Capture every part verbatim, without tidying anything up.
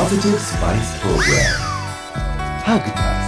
Positive Spice Program ハグタス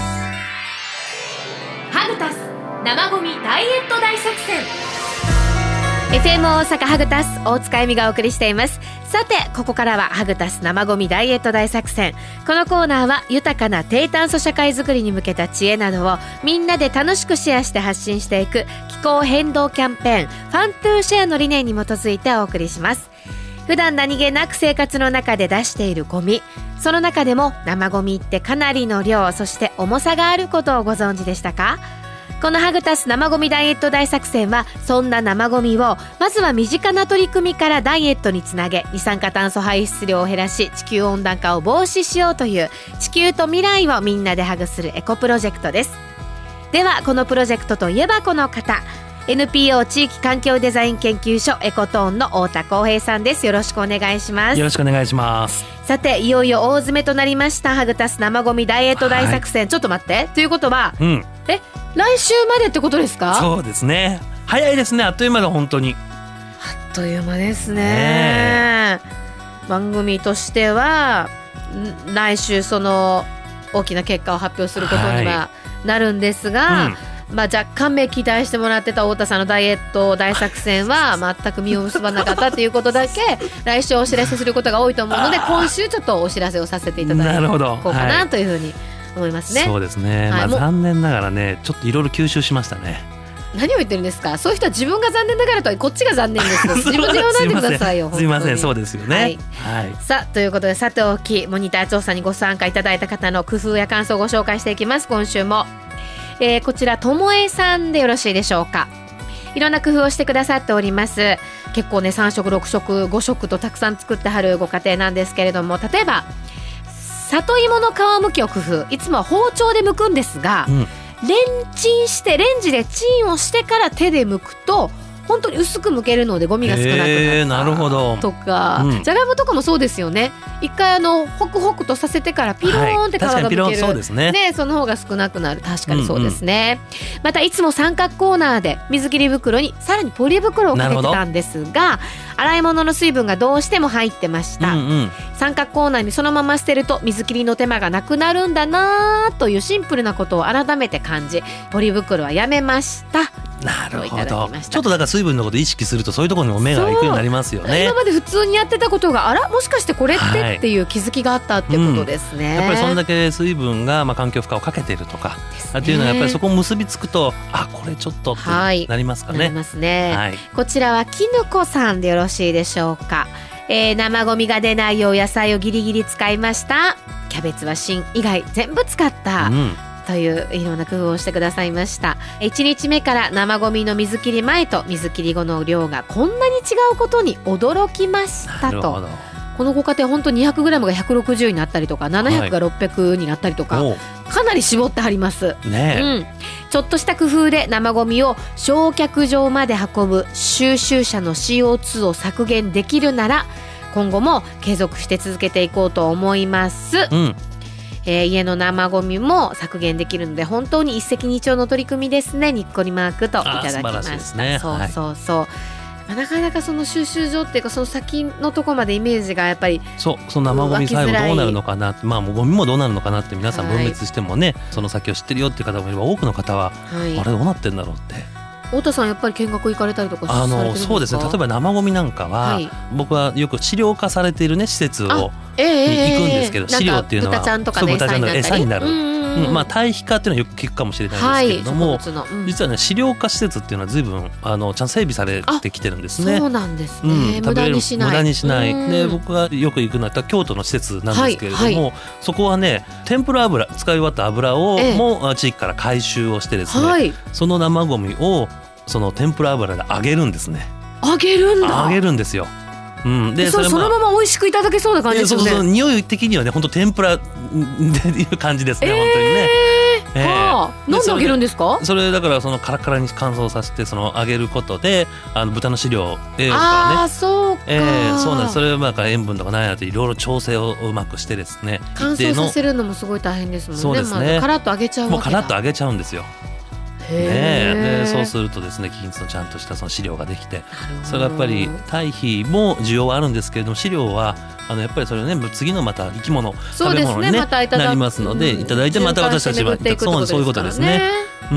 ハグタス生ゴミダイエット大作戦。 エフエム 大阪ハグタス大塚恵美がお送りしています。さてここからはハグタス生ゴミダイエット大作戦。このコーナーは豊かな低炭素社会づくりに向けた知恵などをみんなで楽しくシェアして発信していく気候変動キャンペーンファントゥーシェアの理念に基づいてお送りします。普段何気なく生活の中で出しているゴミ、その中でも生ゴミってかなりの量、そして重さがあることをご存知でしたか？このハグタス生ゴミダイエット大作戦はそんな生ゴミをまずは身近な取り組みからダイエットにつなげ、二酸化炭素排出量を減らし地球温暖化を防止しようという地球と未来をみんなでハグするエコプロジェクトです。ではこのプロジェクトといえばこの方、エヌピーオー 地域環境デザイン研究所エコトーンの太田光平さんです。よろしくお願いします。 よろしくお願いします。 さていよいよ大詰めとなりましたハグタス生ゴミダイエット大作戦、はい、ちょっと待ってということは、うん、え来週までってことですか？ そうですね、早いですね。あっという間だ本当にあっという間ですね。番組としては来週その大きな結果を発表することにはなるんですが、はい、うんまあ、若干目期待してもらってた太田さんのダイエット大作戦は全く実を結ばなかったということだけ来週お知らせすることが多いと思うので今週ちょっとお知らせをさせていただこうかなというふうに思いますね。 そうですね、はい、まあ、残念ながらねちょっといろいろ吸収しましたね。 何を言ってるんですか？そういう人は自分が残念ながらとはこっちが残念です自分で言わないでくださいよ。 すいません、そうですよね、はいはい、さあということでさておきモニター調査にご参加いただいた方の工夫や感想をご紹介していきます。今週もえー、こちらともえさんでよろしいでしょうか。いろんな工夫をしてくださっております。結構ねさん食ろく食ご食とたくさん作ってはるご家庭なんですけれども、例えば里芋の皮むきを工夫。いつもは包丁で剥くんですが、うん、レンチンしてレンジでチンをしてから手で剥くと本当に薄く剥けるのでゴミが少なくなった、 えー、なるほどとか、うん、じゃがいもとかもそうですよね。一回あのホクホクとさせてからピローンって皮が剥ける、はい、そうですね。ね、その方が少なくなる。確かにそうですね、うんうん、またいつも三角コーナーで水切り袋にさらにポリ袋をかけてたんですが洗い物の水分がどうしても入ってました、うんうん、三角コーナーにそのまま捨てると水切りの手間がなくなるんだなというシンプルなことを改めて感じポリ袋はやめました。 なるほど。ちょっとだから水分のことを意識するとそういうところにも目が行くようになりますよね。 今まで普通にやってたことがあらもしかしてこれって、はい、っていう気づきがあったってことですね、 うん、やっぱりそんだけ水分がまあ環境負荷をかけているとかっていうのはやっぱりそこを結びつくとあこれちょっとってなりますかね、はい、なりますね、はい、 こちらはきぬこさんでよろしいでしょうか。えー、生ゴミが出ないよう野菜をギリギリ使いました。キャベツは芯以外全部使った、うんといういろんな工夫をしてくださいました。いちにちめから生ゴミの水切り前と水切り後の量がこんなに違うことに驚きましたと。このご家庭本当に にひゃくグラム がひゃくろくじゅうになったりとかななひゃくがろっぴゃくになったりとか、はい、かなり絞ってはります、ねうん、ちょっとした工夫で生ゴミを焼却場まで運ぶ収集車の シーオーツー を削減できるなら今後も継続して続けていこうと思います、うんえー、家の生ゴミも削減できるので本当に一石二鳥の取り組みですね。にっこりマークといただきました。素晴らしいですね。そうそうそう、はいまあ、なかなかその収集所っていうかその先のところまでイメージがやっぱりそうその生ゴミ最後どうなるのかなまあもうゴミもどうなるのかなって皆さん分別してもね、はい、その先を知ってるよっていう方もいれば多くの方は、はい、あれどうなってんだろうって太田さんやっぱり見学行かれたりとかされてるんですか？ そうですね。例えば生ゴミなんかは、はい、僕はよく飼料化されているね施設をに行くんですけど、飼料っていうのは豚ちゃんとかね豚ちゃんの餌になる、うんまあ、堆肥化っていうのはよく聞くかもしれないですけれども、はいうん、実はね飼料化施設っていうのは随分あのちゃんと整備されてきてるんですね。 そうなんですね、うん、無駄にしない無駄にしないで僕がよく行くのは京都の施設なんですけれども、はいはい、そこはね天ぷら油使い終わった油を、ええ、も地域から回収をしてですね、はい、その生ゴミをその天ぷら油で揚げるんですね。 揚げるんだ揚げるんですよ、うん、でそれ、まあ、そのまま美味しくいただけそうな感じですよね。 そうそう匂い的にはね本当天ぷらっていう感じですね、えー、本当にね、 えーはあ、なんで揚げるんですか？ それだからそのカラカラに乾燥させてその揚げることであの豚の飼料栄養からねあそうか、 えー、そうなんです。それはまあ塩分とかないなっていろいろ調整をうまくしてですね乾燥させるのもすごい大変ですもんね。 そうですね、 まあ、カラッと揚げちゃうわけだ。 もうカラッと揚げちゃうんですよ。 ね、でそうするとですね均一のちゃんとしたその飼料ができて、それがやっぱり堆肥も需要はあるんですけれども、飼料はあのやっぱりそれをね次のまた生き物、食べ物に、ねま、なりますので、うん、いただいてまた私たちはそう、そういうことですね。うん、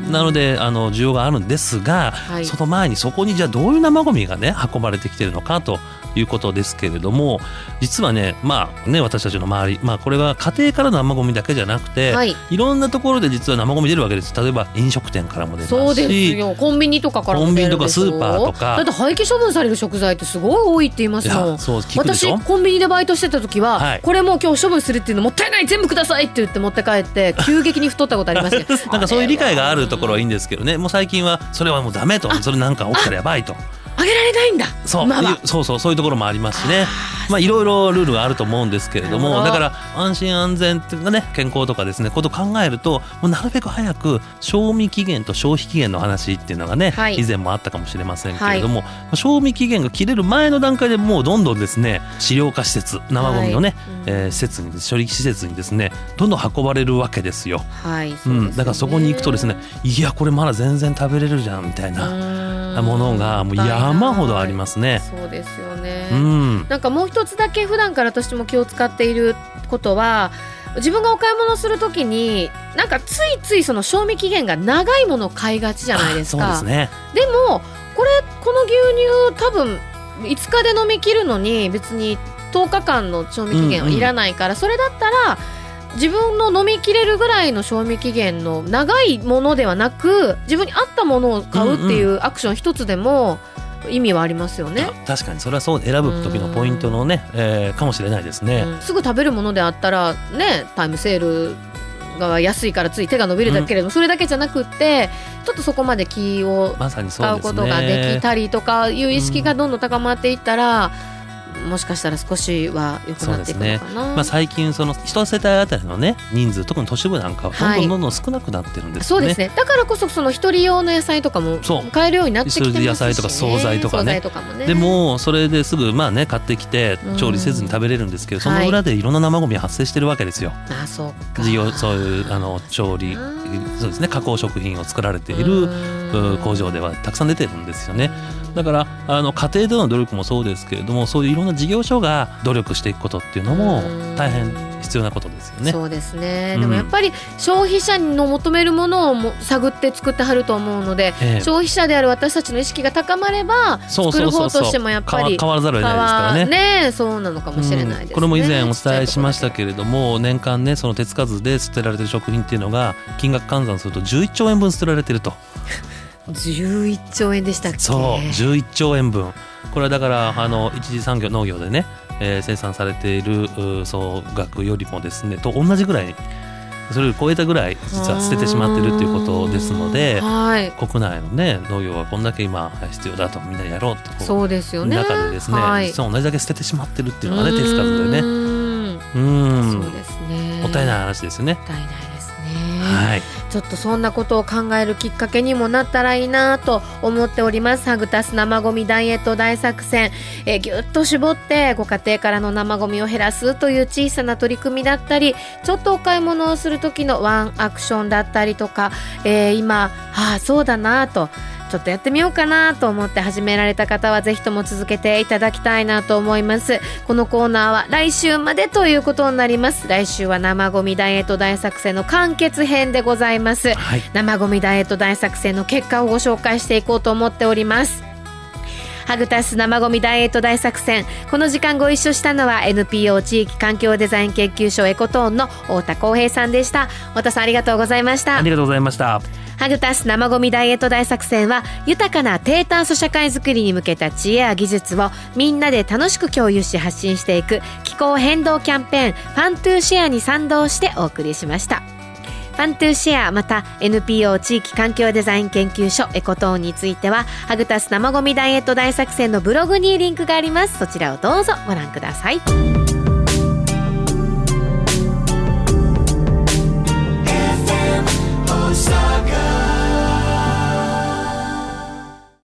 なのであの需要があるんですが、はい、その前にそこにじゃあどういう生ゴミがね運ばれてきているのかということですけれども、実はねまあね私たちの周り、まあ、これは家庭からの生ゴミだけじゃなくて、はい、いろんなところで実は生ゴミ出るわけです。例えば飲食店からも出ますし、 そうですよ、コンビニとかからも出るでしょ。 コンビニとかスーパーとか、 だって廃棄処分される食材ってすごい多いって言いますよ。 そう聞くでしょ。 私コンビニでバイトしてた時は、はい、これもう今日処分するっていうのもったいない、全部くださいって言って持って帰って急激に太ったことありました、ね、 なんかそういう理解があるところはいいんですけどね、もう最近はそれはもうダメと、それなんか起きたらやばいと、 あげられないんだ。 そう、まあ、そうそうそういうところもありますしね、まあいろいろルールがあると思うんですけれども、だから安心安全っていうかね、健康とかですねことを考えると、もうなるべく早く賞味期限と消費期限の話っていうのがね、はい、以前もあったかもしれませんけれども、はい、賞味期限が切れる前の段階でもうどんどんですね飼料化施設、生ゴミのね、はいえー、施設に処理施設にですねどんどん運ばれるわけですよ。 はい、そうですね。うん、 だからそこに行くとですね、いやこれまだ全然食べれるじゃんみたいなものがもう山ほどありますね。 そうですよね、 うん、 なんかもう一つだけ普段から私も気を使っていることは、自分がお買い物するときになんかついついその賞味期限が長いものを買いがちじゃないですか。 そうですね。 でもこれこの牛乳多分いつかで飲み切るのに別にとおかかんの賞味期限はいらないから、うんうん、それだったら自分の飲み切れるぐらいの賞味期限の長いものではなく、自分に合ったものを買うっていうアクション一つでも意味はありますよね。 確かにそれはそう、選ぶ時のポイントのね、えー、かもしれないですね、 うん、すぐ食べるものであったらね、タイムセールが安いからつい手が伸びるだけれども、うん、それだけじゃなくってちょっとそこまで気を使うことができたりとかいう意識がどんどん高まっていったら、うん、もしかしたら少しは良くなっていくのかな。 ね、まあ、最近その一世帯あたりのね人数、特に都市部なんかはどんどんどんどん少なくなってるんですよね。 はい、そうですね。だからこそその一人用の野菜とかも買えるようになってきてますし、ね、 野菜とか惣菜とかね。 とかもね。 でもそれですぐまあね買ってきて調理せずに食べれるんですけど、うん、その裏でいろんな生ゴミが発生してるわけですよ。 あ、そうか。 事業、そういうあの調理、そうですね、加工食品を作られている工場ではたくさん出てるんですよね。だからあの家庭での努力もそうですけれども、そういういろんな事業所が努力していくことっていうのも大変必要なことですよね。 そうですね、うん、でもやっぱり消費者の求めるものをも探って作ってはると思うので、ええ、消費者である私たちの意識が高まれば作る方としてもやっぱり変わらざるを得ないですからね。 ね、そうなのかもしれないですね。うん、 これも以前お伝えしましたけれども、年間ねその手つかずで捨てられてる食品っていうのが金額換算するとじゅういっちょうえんぶん捨てられてると。 じゅういっちょうえんでしたっけ。 そうじゅういっちょうえんぶん。これはだからあの一次産業農業でね、えー、生産されている総額よりもですねと同じぐらい、それを超えたぐらい実は捨ててしまっているということですので、はい、国内のね農業はこんだけ今必要だと、みんなやろうとそうですよね。 中でですね、はい、実は同じだけ捨ててしまってるっていうのがね手つかずでね、うんそうですね、 もったいない話ですよね。 もったいないですね。 はい、 ちょっとそんなことを考えるきっかけにもなったらいいなと思っております。ハグタス生ゴミダイエット大作戦、えー、ぎゅっと絞ってご家庭からの生ゴミを減らすという小さな取り組みだったり、ちょっとお買い物をする時のワンアクションだったりとか、えー、今ああそうだなとちょっとやってみようかなと思って始められた方はぜひとも続けていただきたいなと思います。このコーナーは来週までということになります。来週は生ゴミダイエット大作戦の完結編でございます。はい、生ゴミダイエット大作戦の結果をご紹介していこうと思っております。ハグタス生ゴミダイエット大作戦、この時間ご一緒したのは エヌピーオー 地域環境デザイン研究所エコトーンの太田光平さんでした。太田さんありがとうございました。 ありがとうございました。 ハグタス生ゴミダイエット大作戦は豊かな低炭素社会づくりに向けた知恵や技術をみんなで楽しく共有し発信していく気候変動キャンペーンファントゥーシェアに賛同してお送りしました。ファントゥーシェアまた エヌピーオー 地域環境デザイン研究所エコトーンについてはハグタス生ゴミダイエット大作戦のブログにリンクがあります。そちらをどうぞご覧ください。